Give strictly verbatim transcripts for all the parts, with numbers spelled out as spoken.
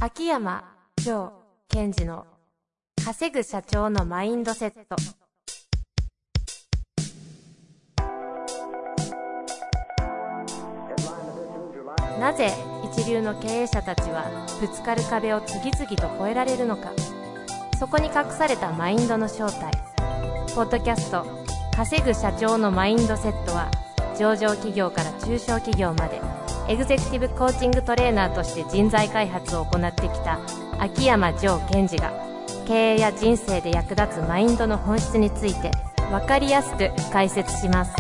秋山城賢治の稼ぐ社長のマインドセット。なぜ一流の経営者たちはぶつかる壁を次々と越えられるのか。そこに隠されたマインドの正体。ポッドキャスト稼ぐ社長のマインドセットは、上場企業から中小企業までエグゼクティブコーチングトレーナーとして人材開発を行ってきた秋山城賢治が、経営や人生で役立つマインドの本質について分かりやすく解説します。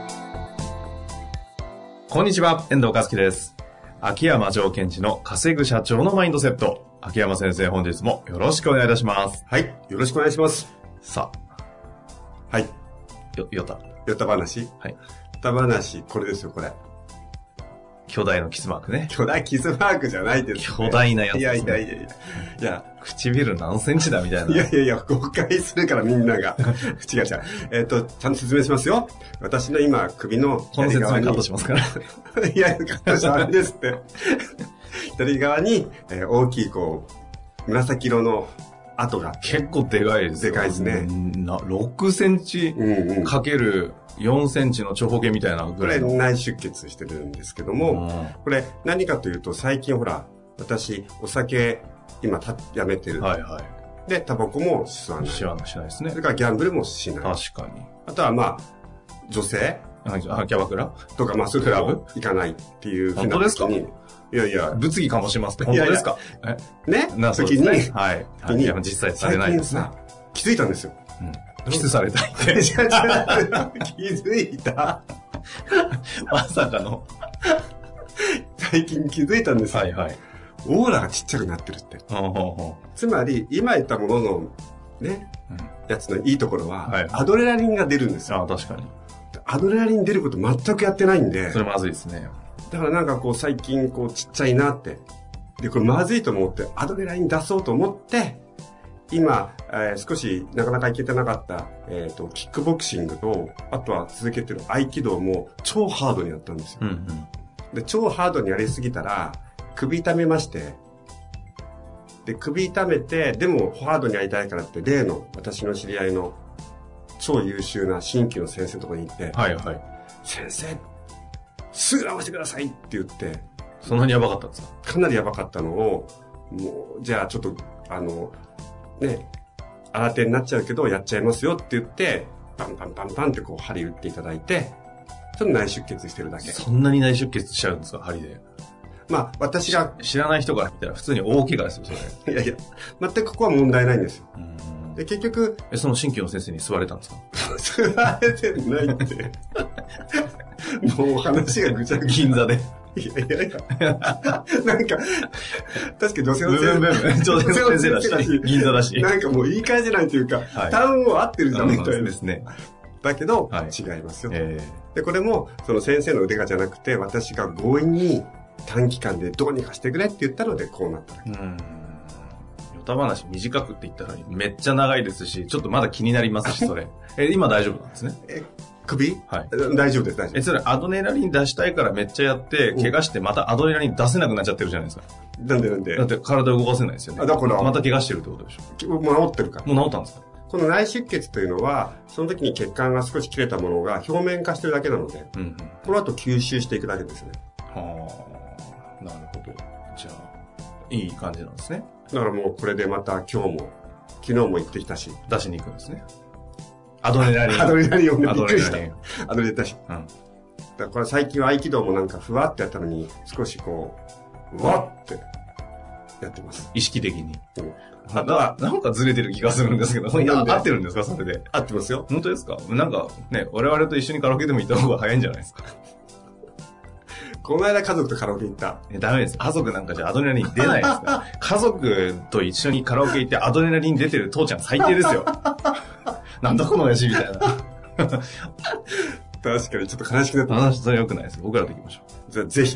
こんにちは、遠藤和樹です。秋山城賢治の稼ぐ社長のマインドセット。秋山先生、本日もよろしくお願いいたします。 はい、よろしくお願いします。 さあ、はい。 よ、よた。 よた話。 はい。よた話、これですよ、これ。 巨大のキスマークね。 巨大キスマークじゃないです、ね。 巨大なやつです、ね。 いやいやいやいや。いや、 唇何センチだみたいな。 いやいやいや、誤解するからみんなが。違う違う。えっ、ー、と、ちゃんと説明しますよ。私の今、首のこの説明カットしますから。 いや、カットしたらあれですって。左側に、えー、大きい、こう、紫色の跡が。 結構でかいですよ。 でかいですね。 なろくセンチかけるよんセンチの長方形みたいなぐらいの。 これ内出血してるんですけども、うん、これ何かというと、最近ほら、私、お酒、今た、やめてる。 はいはい。 で、タバコも吸わない。 吸わない、しないですね。 それからギャンブルもしない。 確かに。 あとはまあ、女性あ、キャバクラとか、まあ、そういうとこ行かないっていうふうな時に。 本当ですか？ いやいや。 物議かもしますって本当ですか？ いやいやねな、 時に、 ね、はい。 時に、 実際されないですね。 最近さ、気づいたんですよ。 うん。キスされたいって。 気づいたまさかの。 最近気づいたんですよ。 はいはい。 オーラがちっちゃくなってるって。 ほうほうほう。 つまり、今言ったものの、ね、うん、やつのいいところは、 はい、 アドレナリンが出るんですよ。 ああ、確かに。 アドレナリン出ること全くやってないんで。 それまずいですね。 だからなんかこう最近こうちっちゃいなって。で、これまずいと思って、アドレナリン出そうと思って、今、えー、少しなかなかいけてなかった、えっと、キックボクシングと、あとは続けてる合気道も超ハードにやったんですよ。 うんうん、 で、超ハードにやりすぎたら、首痛めまして、で、首痛めて、でもハードにやりたいからって、例の私の知り合いの超優秀な新規の先生のところに行って、 はいはい。 先生、すぐ直してくださいって言って、 そんなにやばかったんですか？ かなりやばかったのを、もう、じゃあちょっと、あの、ね、新手になっちゃうけど、やっちゃいますよって言って、パンパンパンパンってこう、針打っていただいて、ちょっと内出血してるだけ。 そんなに内出血しちゃうんですか、針で。 まあ、私が。 知らない人から見たら普通に大怪我ですよ、それ。 いやいや、全くここは問題ないんですよ。うんで、結局。 え、その新規の先生に座れたんですか？ 座れてないって。もう話がぐちゃぐちゃ。 銀座で。 いやいやいや。なんか、確か女性の先生。女性の先生だし、銀座だし。 なんかもう言い換えじゃないというか、はい、単語合ってるじゃんみたいですね。 だけど、はい、違いますよ、えー。で、これも、その先生の腕がじゃなくて、私が強引に短期間でどうにかしてくれって言ったので、こうなったわけ。うん。 よた話短くって言ったらめっちゃ長いですし、ちょっとまだ気になりますし、それ。え、今大丈夫なんですね。 え首？ はい。 大丈夫です、大丈夫です。 え、それアドレナリン出したいからめっちゃやって、怪我してまたアドレナリン出せなくなっちゃってるじゃないですか。 なんでなんでだって体動かせないですよね。 あ、だから。 また怪我してるってことでしょ。 もう治ってるから。 もう治ったんですか？ この内出血というのは、その時に血管が少し切れたものが表面化してるだけなので、うんうん、この後吸収していくだけですね。 はあ、なるほど。じゃあ、いい感じなんですね。 だからもうこれでまた今日も、昨日も行ってきたし。 出しに行くんですね。アドレナリン。 アドレナリンをね、 アドレナリン。 アドレナリン出し。うん。だからこれ最近は合気道もなんかふわってやったのに、少しこう、うわってやってます。 意識的に。うん。 あとは、 なんかずれてる気がするんですけど、いや、合ってるんですか、それで。 合ってますよ。 本当ですか？なんかね、我々と一緒にカラオケでも行った方が早いんじゃないですか。 この間家族とカラオケ行った。 え、ダメです。家族なんかじゃアドレナリン出ないですから。家族と一緒にカラオケ行ってアドレナリン出てる父ちゃん最低ですよ。なんだこの親父みたいな。 確かにちょっと悲しくなった。 話それ良くないです。僕らと行きましょう。じゃあぜひ。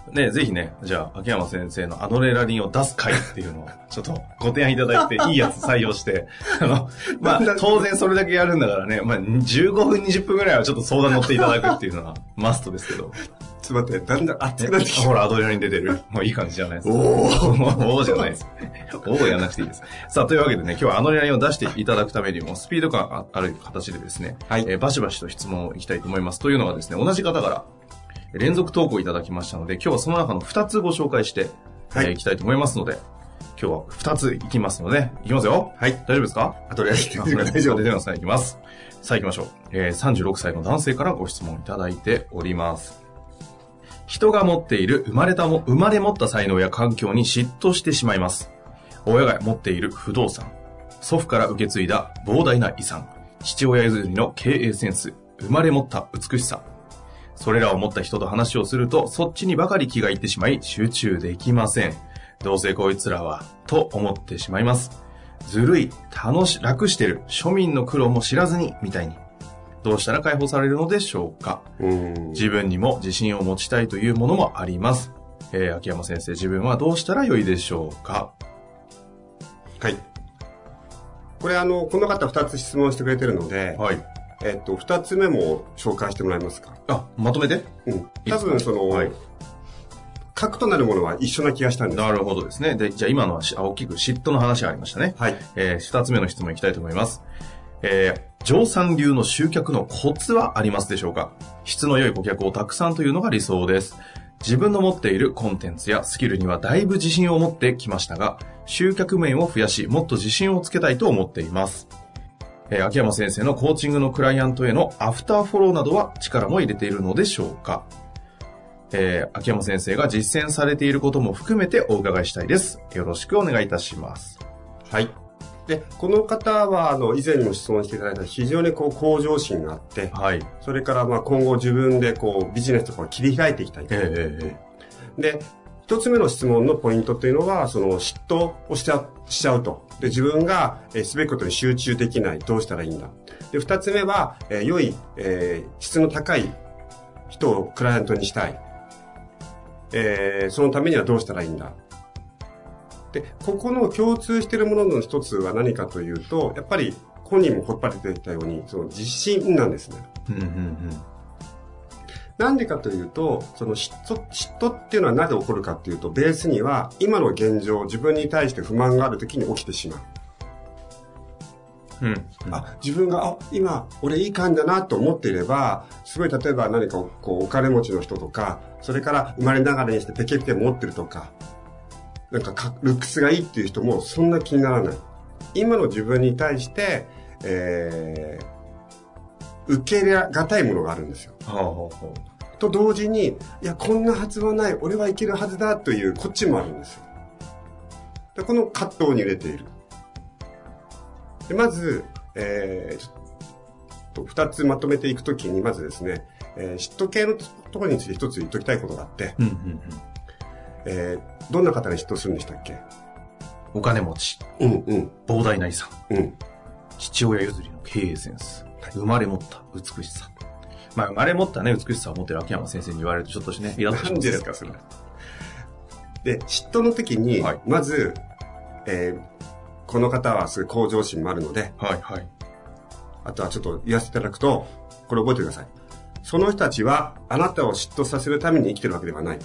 ね、ぜひね、じゃあ、秋山先生のアドレナリンを出す回っていうのを、ちょっとご提案いただいて、いいやつ採用して、あの、まあ、当然それだけやるんだからね、まあ、じゅうごふん、にじゅっぷんぐらいはちょっと相談乗っていただくっていうのはマストですけど。 ちょっと待って、だんだん熱くなってきた。 ほら、アドレナリン出てる。もういい感じじゃないですか。おー。おーじゃないです。おーやらなくていいです。さあ、というわけでね、今日はアドレナリンを出していただくためにも、スピード感ある形でですね、はい、えー、バシバシと質問をいきたいと思います。というのはですね、同じ方から、連続投稿いただきましたので、今日はその中のふたつご紹介して、はい、えー、いきたいと思いますので、今日はふたついきますので、いきますよ。はい。大丈夫ですか？ あとで大丈夫。出てますね。いきます。さあ行きましょう。えー、さんじゅうろくさいの男性からご質問いただいております。人が持っている生まれたも、生まれ持った才能や環境に嫉妬してしまいます。親が持っている不動産、祖父から受け継いだ膨大な遺産、父親譲りの経営センス、生まれ持った美しさ、それらを持った人と話をすると、そっちにばかり気がいってしまい、集中できません。どうせこいつらは、と思ってしまいます。ずるい、楽し、楽してる、庶民の苦労も知らずに、みたいに。どうしたら解放されるのでしょうか。うーん、自分にも自信を持ちたいというものもあります。えー、秋山先生、自分はどうしたらよいでしょうか。 はい。これあの、この方ふたつ質問してくれてるので、はい。えっと、二つ目も紹介してもらえますか？ あ、まとめて？ うん。多分その、はい、核となるものは一緒な気がしたんです。 なるほどですね。で、じゃあ今のは大きく嫉妬の話がありましたね。はい。えー、二つ目の質問いきたいと思います。えー、上三流の集客のコツはありますでしょうか？質の良い顧客をたくさんというのが理想です。自分の持っているコンテンツやスキルにはだいぶ自信を持ってきましたが、集客面を増やし、もっと自信をつけたいと思っています。えー、秋山先生のコーチングのクライアントへのアフターフォローなどは力も入れているのでしょうか？えー、秋山先生が実践されていることも含めてお伺いしたいです。よろしくお願いいたします。 はい。で、この方は、あの、以前にも質問していただいた非常にこう、向上心があって、はい。それから、まあ、今後自分でこう、ビジネスとかを切り開いていきたい。えー、で、一つ目の質問のポイントっていうのは、その、嫉妬をしちゃ、しちゃうと。で、自分が、えー、すべきことに集中できない。どうしたらいいんだ。で、二つ目は、えー、良い、えー、質の高い人をクライアントにしたい。えー、そのためにはどうしたらいいんだ。で、ここの共通しているものの一つは何かというと、やっぱり本人もほっぱれていたように、その自信なんですね。うんうんうん、なんでかというと、その嫉妬、嫉妬っていうのはなぜ起こるかっていうと、ベースには今の現状、自分に対して不満があるときに起きてしまう。うんうん、あ、自分が、あ、今、俺いい感じだなと思っていれば、すごい例えば何かこう、お金持ちの人とか、それから生まれながらにしてペケペケ持ってるとか、なんかかルックスがいいっていう人もそんな気にならない。今の自分に対して、えー、受け入れがたいものがあるんですよ。はあはあ、と同時に、いや、こんなはずはない、俺はいけるはずだという、こっちもあるんですよ。でこの葛藤に入れている。でまず、えー、二つまとめていくときに、まずですね、えー、嫉妬系のところについて一つ言っときたいことがあって、うんうんうん、えー、どんな方に嫉妬するんでしたっけ？ お金持ち、うんうん、膨大な遺産、うん、父親譲りの経営センス、はい、生まれ持った美しさ。まあ、生まれ持ったね、美しさを持ってる秋山先生に言われるとちょっとしね、イラッとします。 何ですか、それ。で、嫉妬の時に、はい、まず、えー、この方はすごい向上心もあるので、はいはい。あとはちょっと言わせていただくと、これ覚えてください。その人たちはあなたを嫉妬させるために生きてるわけではない。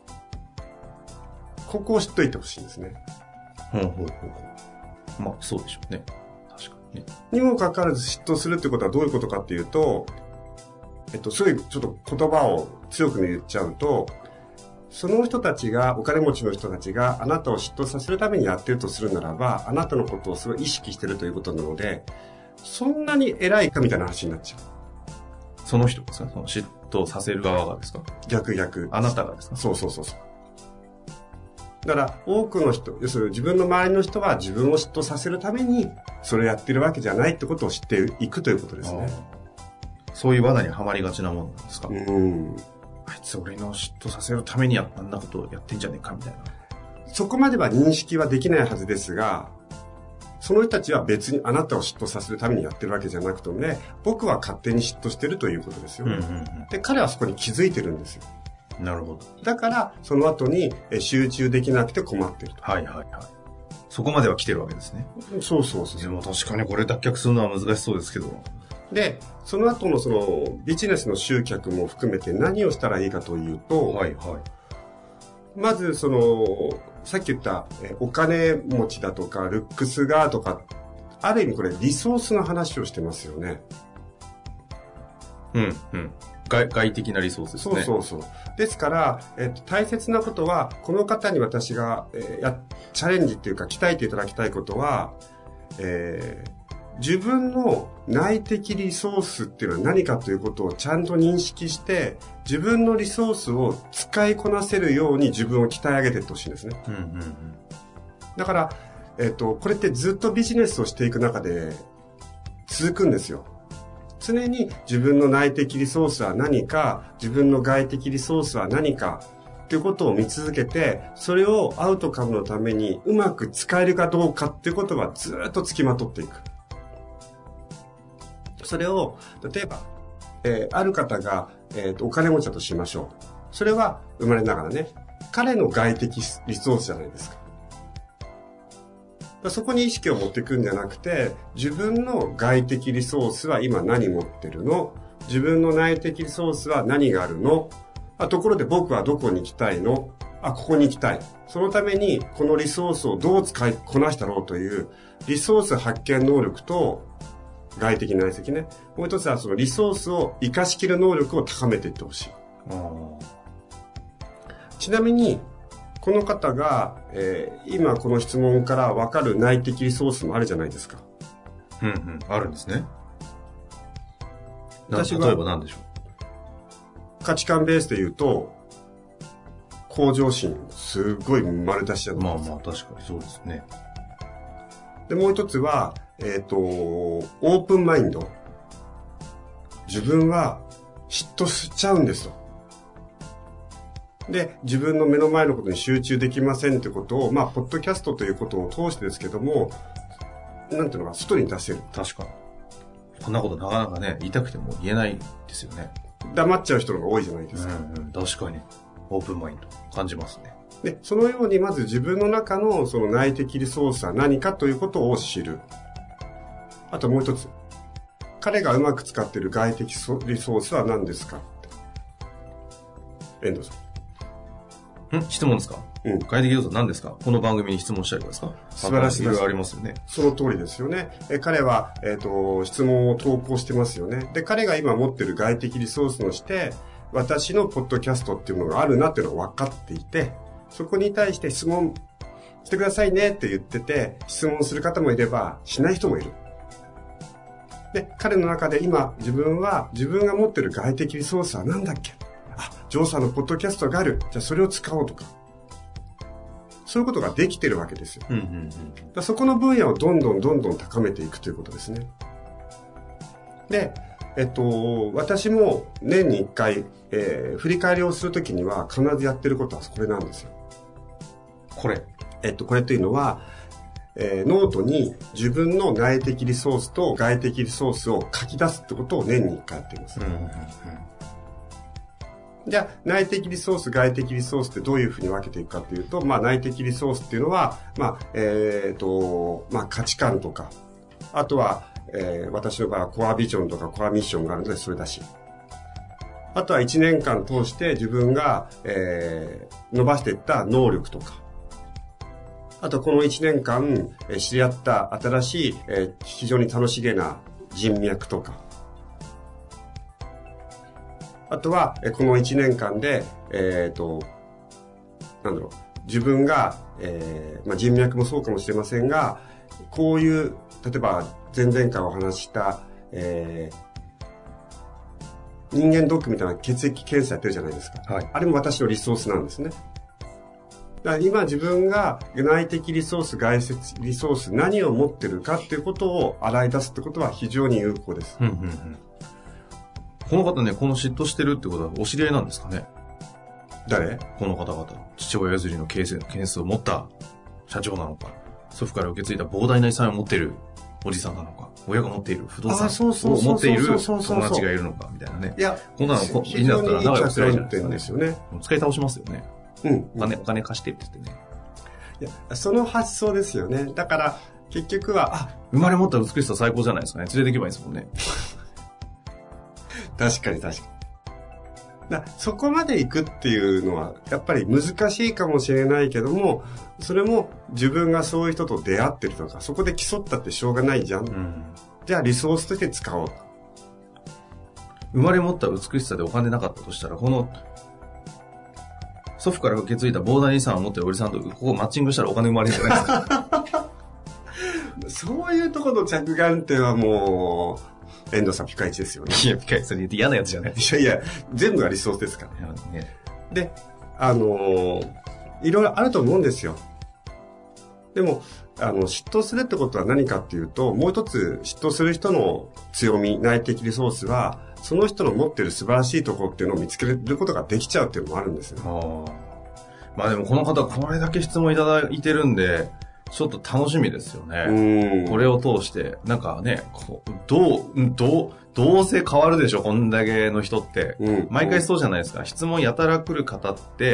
ここを知っといてほしいんですね。 ほうほうほうほう。まあそうでしょうね。確かにね。 にもかかわらず嫉妬するってことはどういうことかっていうと、えっと、そういうちょっと言葉を強く言っちゃうと、その人たちが、お金持ちの人たちがあなたを嫉妬させるためにやってるとするならば、あなたのことをすごい意識してるということなので、そんなに偉いかみたいな話になっちゃう。 その人ですか？その嫉妬させる側がですか？ 逆逆。 あなたがですか？ そうそうそうそう。だから多くの人、要するに自分の周りの人は自分を嫉妬させるためにそれをやってるわけじゃないってことを知っていくということですね。 そういう罠にはまりがちなものなんですか？うん。あいつ俺の嫉妬させるためにあんなことをやってんじゃねえかみたいな。 そこまでは認識はできないはずですが、その人たちは別にあなたを嫉妬させるためにやってるわけじゃなくてね、僕は勝手に嫉妬してるということですよ。うんうんうん、で、彼はそこに気づいてるんですよ。 なるほど。 だから、その後に集中できなくて困ってると。 はいはいはい。そこまでは来てるわけですね。 そうそうそう。 でも確かにこれ脱却するのは難しそうですけど。 で、その後のそのビジネスの集客も含めて何をしたらいいかというと、 はいはい。 まずその、さっき言ったお金持ちだとか、ルックスがとか、ある意味これリソースの話をしてますよね。 うんうん。外, 外的なリソースですね。 そうそうそう。ですから、えっと、大切なことは、この方に私が、えー、や、チャレンジっていうか、鍛えていただきたいことは、えー、自分の内的リソースっていうのは何かということをちゃんと認識して、自分のリソースを使いこなせるように自分を鍛え上げていってほしいんですね。 うんうんうん、 だから、えっと、これってずっとビジネスをしていく中で続くんですよ。常に自分の内的リソースは何か、自分の外的リソースは何かっていうことを見続けて、それをアウトカムのためにうまく使えるかどうかっていうことはずっと付きまとっていく。それを、例えば、えー、ある方が、えーと、お金持ちだとしましょう。それは生まれながらね、彼の外的リソースじゃないですか。そこに意識を持っていくんじゃなくて、自分の外的リソースは今何持ってるの？自分の内的リソースは何があるの？あ、ところで僕はどこに行きたいの？あ、ここに行きたい。そのためにこのリソースをどう使いこなしたろうというリソース発見能力と外的内的ね。もう一つはそのリソースを活かしきる能力を高めていってほしい。ちなみに、この方が、えー、今この質問から分かる内的リソースもあるじゃないですか。 うんうん、あるんですね。私は例えば何でしょう。価値観ベースで言うと、向上心、すごい丸出しじゃないですか。 まあまあ確かにそうですね。 で、もう一つは、えっと、オープンマインド。自分は嫉妬しちゃうんですと。で、自分の目の前のことに集中できませんってことを、まあ、ポッドキャストということを通してですけども、なんていうのか、外に出せる。 確かに。こんなことなかなかね、言いたくても言えないですよね。 黙っちゃう人の方が多いじゃないですか。 うんうん、確かに。オープンマインド。感じますね。 で、そのようにまず自分の中のその内的リソースは何かということを知る。あともう一つ。彼がうまく使っている外的リソースは何ですかって。遠藤さん。 ん質問ですか？うん。外的リソースは何ですか？この番組に質問したりですか？ 素晴らしい。 いろいろありますよね。 その通りですよね。え彼は、えっと、質問を投稿してますよね。で、彼が今持っている外的リソースのして、私のポッドキャストっていうものがあるなっていうのが分かっていて、そこに対して質問してくださいねって言ってて、質問する方もいれば、しない人もいる。で、彼の中で今、自分は、自分が持っている外的リソースは何だっけ？あ、ジョーさんのポッドキャストがある。じゃあそれを使おうとか。そういうことができてるわけですよ。 うんうんうん、 だそこの分野をどんどんどんどん高めていくということですね。で、えっと、私も年に一回、えー、振り返りをするときには必ずやってることはこれなんですよ。 これ。 えっと、これというのは、えー、ノートに自分の内的リソースと外的リソースを書き出すってことを年に一回やっています。うんうんうん、じゃあ、内的リソース、外的リソースってどういうふうに分けていくかというと、まあ、内的リソースっていうのは、まあ、えっと、まあ、価値観とか、あとは、えー、私の場合はコアビジョンとかコアミッションがあるので、それだし。あとはいちねんかん通して自分が、えー、伸ばしていった能力とか。あとこのいちねんかん、えー、知り合った新しい、えー、非常に楽しげな人脈とか。あとは、えー、このいちねんかんで、えっと、なんだろう、自分が、えー、まあ、人脈もそうかもしれませんが、こういう、例えば前々回お話しした、えー、人間ドックみたいな血液検査やってるじゃないですか。はい、あれも私のリソースなんですね。だから今自分が内的リソース、外的リソース、何を持ってるかっていうことを洗い出すってことは非常に有効です。 うんうんうん、この方ね、この嫉妬してるってことはお知り合いなんですかね？ 誰？ この方々。父親譲りの件数を持った社長なのか、祖父から受け継いだ膨大な遺産を持っているおじさんなのか、親が持っている不動産あそうそうをそうそう持っているそうそうそう友達がいるのかみたいなね。 いや、 こんなのこ非常にいい仲良くするじゃない着眼点ですよね。 使い倒しますよね。 うん。 お金、お金貸してって言ってね。 いや、その発想ですよね。だから、結局は、あ、 生まれ持った美しさ最高じゃないですかね。連れて行けばいいですもんね。 確かに確かに。だそこまで行くっていうのは、やっぱり難しいかもしれないけども、それも自分がそういう人と出会ってるとか、そこで競ったってしょうがないじゃん。うん、じゃあリソースとして使おうと。 生まれ持った美しさでお金なかったとしたら、この、祖父から受け継いだ膨大な遺産を持ってるおじさんとここマッチングしたらお金生まれるんじゃないですか。 そういうところの着眼点はもう、遠藤さんピカイチですよね。 いや、ピカイチそれ言って嫌なやつじゃない。 いやいや、全部がリソースですから。ね、で、あのー、いろいろあると思うんですよ。でも、あの、嫉妬するってことは何かっていうと、もう一つ嫉妬する人の強み、内的リソースは、その人の持ってる素晴らしいところっていうのを見つけることができちゃうっていうのもあるんですよ。 あまあでもこの方これだけ質問いただいてるんで、ちょっと楽しみですよね。うんこれを通して、なんかね、こうどう、どう、どうせ変わるでしょ、こんだけの人って。うん、毎回そうじゃないですか。質問やたら来る方って、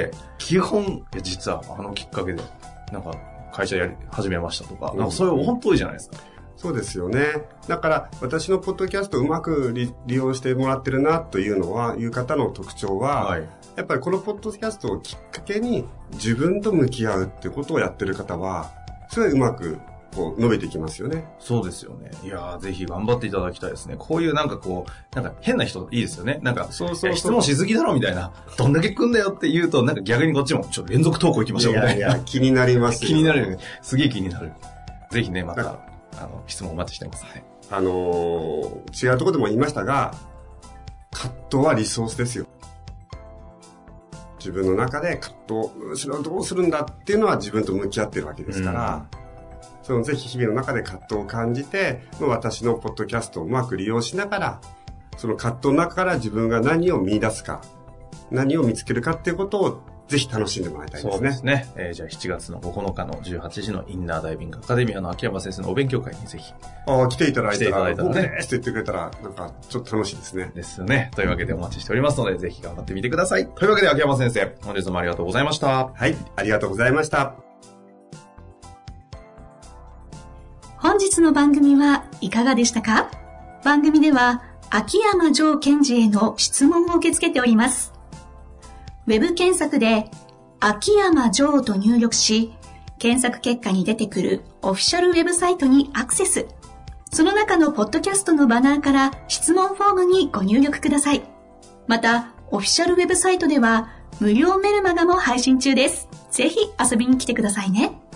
基本、いや実はあのきっかけで、なんか会社やり始めましたとか、うん、なんかそういう本当多いじゃないですか。 そうですよね。だから私のポッドキャストをうまく 利, 利用してもらってるなというのは、いう方の特徴は、はい、やっぱりこのポッドキャストをきっかけに自分と向き合うってことをやってる方は、すごいうまくこう伸びてきますよね。 そうですよね。いやーぜひ頑張っていただきたいですね。こういうなんかこう、なんか変な人いいですよね。なんか、そうそうそう質問しすぎだろみたいな。どんだけ来んだよって言うと、なんか逆にこっちもちょっと連続投稿行きましょうみたいな。いやいや、 気になりますよ。 気になるよね。すげえ気になる。ぜひね、また。あの質問お待ちしてます、はい、 あのー、違うところでも言いましたが、葛藤はリソースですよ。自分の中で葛藤、それをどうするんだっていうのは自分と向き合ってるわけですから、うん、そのぜひ日々の中で葛藤を感じて、私のポッドキャストをうまく利用しながら、その葛藤の中から自分が何を見出すか、何を見つけるかっていうことをぜひ楽しんでもらいたいですね。 そうですね。えー、じゃあしちがつのここのかのじゅうはちじのインナーダイビングアカデミアの秋山先生のお勉強会にぜひ。 ああ、来ていただいたら、来ていただいたらね。 僕ですって言ってくれたら、なんかちょっと楽しいですね。 ですね。というわけでお待ちしておりますので、ぜひ頑張ってみてください。というわけで秋山先生、本日もありがとうございました。 はい、ありがとうございました。 本日の番組はいかがでしたか？番組では、秋山城賢治への質問を受け付けております。ウェブ検索で、秋山城と入力し、検索結果に出てくるオフィシャルウェブサイトにアクセス。その中のポッドキャストのバナーから質問フォームにご入力ください。また、オフィシャルウェブサイトでは無料メルマガも配信中です。ぜひ遊びに来てくださいね。